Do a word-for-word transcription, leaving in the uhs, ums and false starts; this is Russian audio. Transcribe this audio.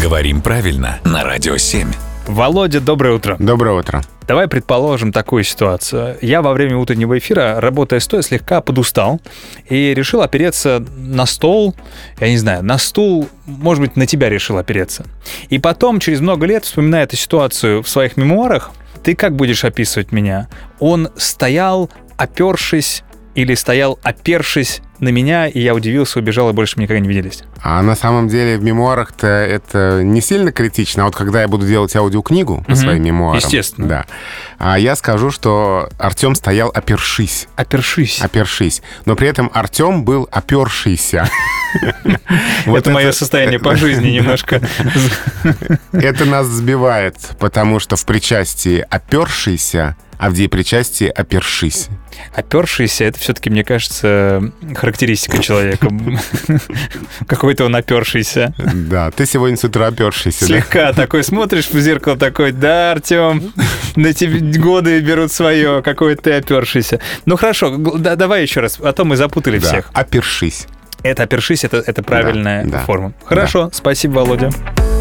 Говорим правильно на Радио семь. Володя, доброе утро. Доброе утро. Давай предположим такую ситуацию. Я во время утреннего эфира, работая стоя, слегка подустал и решил опереться на стол, я не знаю, на стул, может быть, на тебя решил опереться. И потом, через много лет, вспоминая эту ситуацию в своих мемуарах, ты как будешь описывать меня? Он стоял, опершись, или стоял, опершись на меня, и я удивился, убежал, и больше мы никогда не виделись. А на самом деле в мемуарах-то это не сильно критично. А вот когда я буду делать аудиокнигу по своим мемуарам... Естественно. Да. А я скажу, что Артем стоял опершись. Опершись. Опершись. Но при этом Артем был опершийся. Это мое состояние по жизни немножко. Это нас сбивает, потому что в причастии опершийся, а в депричастии опершись. Опершийся — это все-таки, мне кажется, характеристика человека. Какой-то он опершийся. Да, ты сегодня с утра опершийся. Слегка да? Такой смотришь в зеркало, такой: да, Артем, на тебе годы берут свое, какой ты опершийся. Ну хорошо, да, давай еще раз, а то мы запутали да, всех. Опершись. Это опершись, это, это правильная да, да, форма. Хорошо, да. Спасибо, Володя.